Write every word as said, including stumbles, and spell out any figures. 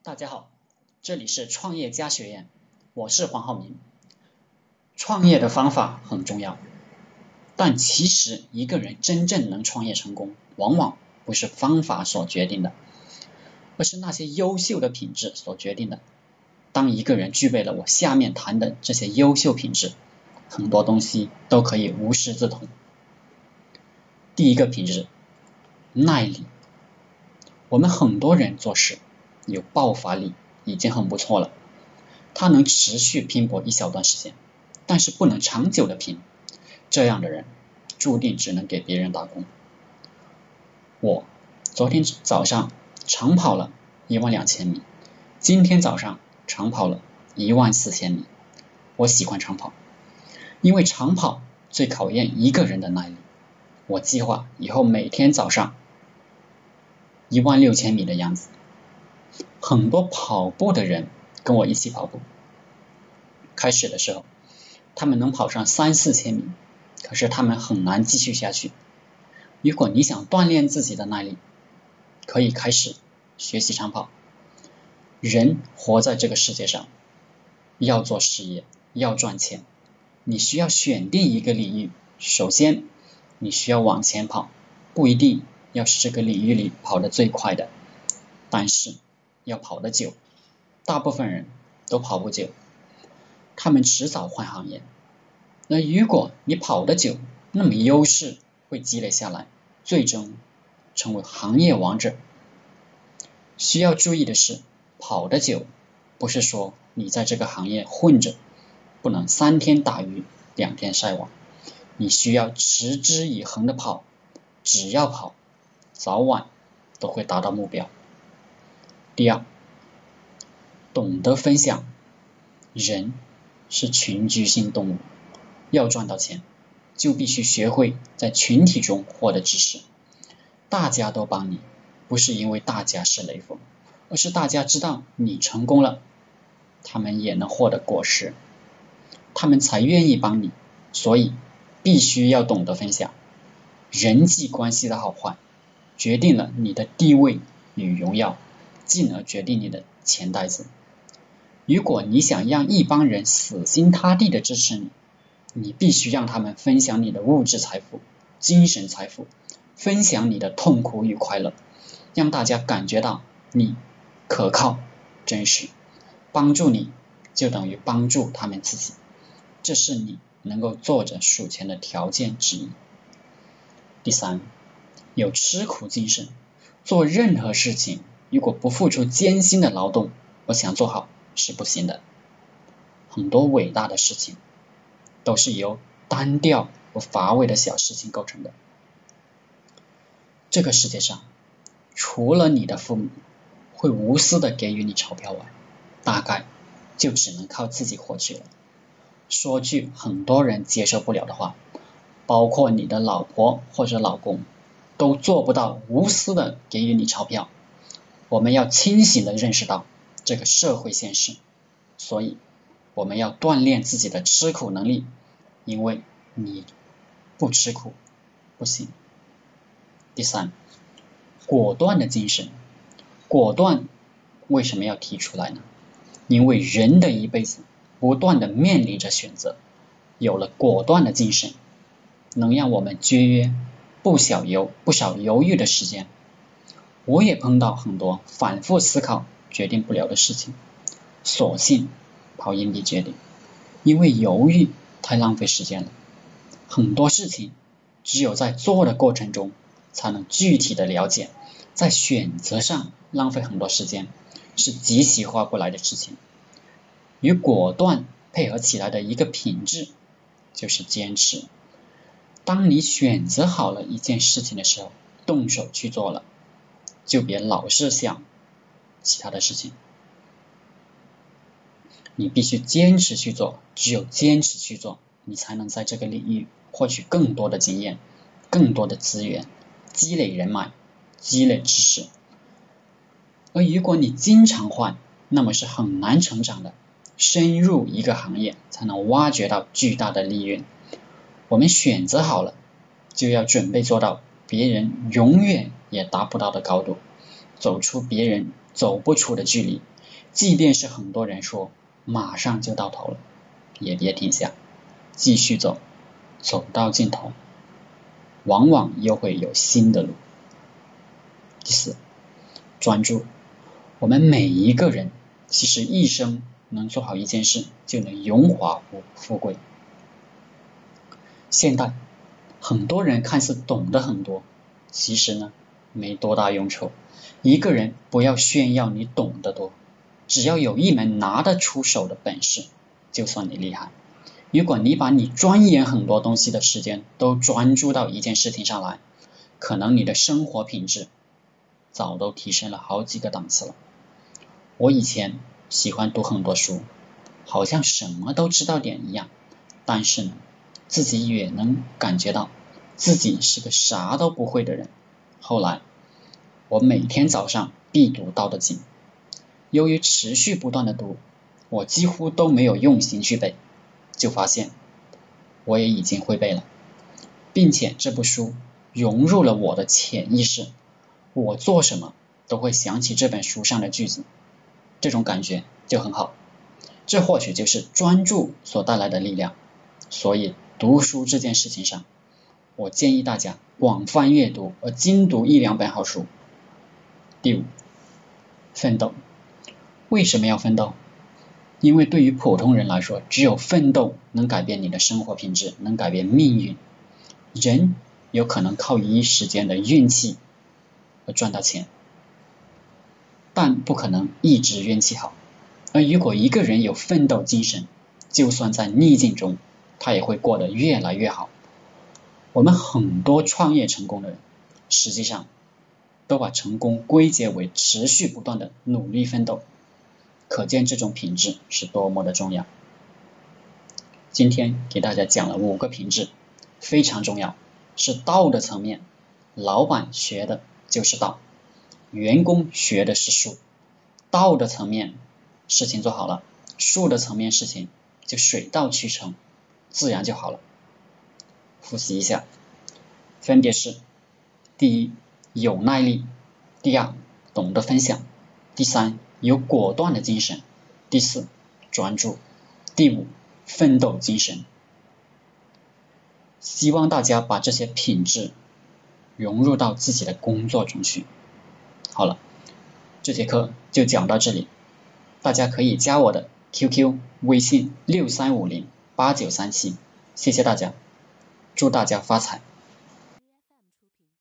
大家好，这里是创业家学院，我是黄浩明。创业的方法很重要，但其实一个人真正能创业成功，往往不是方法所决定的，而是那些优秀的品质所决定的。当一个人具备了我下面谈的这些优秀品质，很多东西都可以无师自通。第一个品质，耐力。我们很多人做事有爆发力已经很不错了，他能持续拼搏一小段时间，但是不能长久的拼，这样的人注定只能给别人打工。我昨天早上长跑了一万两千米，今天早上长跑了一万四千米。我喜欢长跑，因为长跑最考验一个人的耐力。我计划以后每天早上一万六千米的样子。很多跑步的人跟我一起跑步，开始的时候他们能跑上三四千米，可是他们很难继续下去。如果你想锻炼自己的耐力，可以开始学习长跑。人活在这个世界上，要做事业，要赚钱，你需要选定一个领域。首先你需要往前跑，不一定要是这个领域里跑得最快的，但是要跑得久。大部分人都跑不久，他们迟早换行业。那如果你跑得久，那么优势会积累下来，最终成为行业王者。需要注意的是，跑得久不是说你在这个行业混着，不能三天打鱼两天晒网，你需要持之以恒的跑，只要跑，早晚都会达到目标。第二，懂得分享。人是群居性动物，要赚到钱，就必须学会在群体中获得知识。大家都帮你，不是因为大家是雷锋，而是大家知道你成功了，他们也能获得果实，他们才愿意帮你。所以必须要懂得分享。人际关系的好坏决定了你的地位与荣耀，进而决定你的钱袋子。如果你想让一帮人死心塌地的支持你，你必须让他们分享你的物质财富、精神财富，分享你的痛苦与快乐，让大家感觉到你可靠、真实。帮助你就等于帮助他们自己，这是你能够坐着数钱的条件之一。第三，有吃苦精神。做任何事情如果不付出艰辛的劳动，我想做好是不行的。很多伟大的事情都是由单调和乏味的小事情构成的。这个世界上除了你的父母会无私的给予你钞票外，大概就只能靠自己获取了。说句很多人接受不了的话，包括你的老婆或者老公都做不到无私的给予你钞票。我们要清醒的认识到这个社会现实，所以我们要锻炼自己的吃苦能力，因为你不吃苦不行。第三，果断的精神。果断为什么要提出来呢？因为人的一辈子不断的面临着选择，有了果断的精神，能让我们节约不少犹不少犹豫的时间。我也碰到很多反复思考决定不了的事情，索性跑硬币决定，因为犹豫太浪费时间了。很多事情只有在做的过程中才能具体的了解，在选择上浪费很多时间是极其划不来的事情。与果断配合起来的一个品质就是坚持。当你选择好了一件事情的时候，动手去做了，就别老是想其他的事情。你必须坚持去做，只有坚持去做，你才能在这个领域获取更多的经验、更多的资源，积累人脉，积累知识。而如果你经常换，那么是很难成长的。深入一个行业才能挖掘到巨大的利润。我们选择好了，就要准备做到别人永远也达不到的高度，走出别人走不出的距离， 即便是很多人说马上就到头了，也别停下，继续走，走到尽头，往往又会有新的路。第四，专注。我们每一个人其实一生能做好一件事，就能荣华富贵。现代很多人看似懂得很多，其实呢没多大用处。一个人不要炫耀你懂得多，只要有一门拿得出手的本事，就算你厉害。如果你把你钻研很多东西的时间都专注到一件事情上来，可能你的生活品质早都提升了好几个档次了。我以前喜欢读很多书，好像什么都知道点一样，但是呢自己也能感觉到自己是个啥都不会的人。后来我每天早上必读《道德经》，由于持续不断的读，我几乎都没有用心去背，就发现我也已经会背了，并且这部书融入了我的潜意识，我做什么都会想起这本书上的句子，这种感觉就很好。这或许就是专注所带来的力量。所以读书这件事情上，我建议大家广泛阅读，而精读一两本好书。第五，奋斗。为什么要奋斗？因为对于普通人来说，只有奋斗能改变你的生活品质，能改变命运。人有可能靠一时间的运气而赚到钱，但不可能一直运气好。而如果一个人有奋斗精神，就算在逆境中，他也会过得越来越好。我们很多创业成功的人，实际上都把成功归结为持续不断的努力奋斗，可见这种品质是多么的重要。今天给大家讲了五个品质，非常重要，是道的层面。老板学的就是道，员工学的是术。道的层面事情做好了，术的层面事情就水到渠成，自然就好了。复习一下，分别是：第一，有耐力；第二，懂得分享；第三，有果断的精神；第四，专注；第五，奋斗精神。希望大家把这些品质融入到自己的工作中去。好了，这节课就讲到这里，大家可以加我的 Q Q 微信六三五零八九三七，谢谢大家，祝大家发财。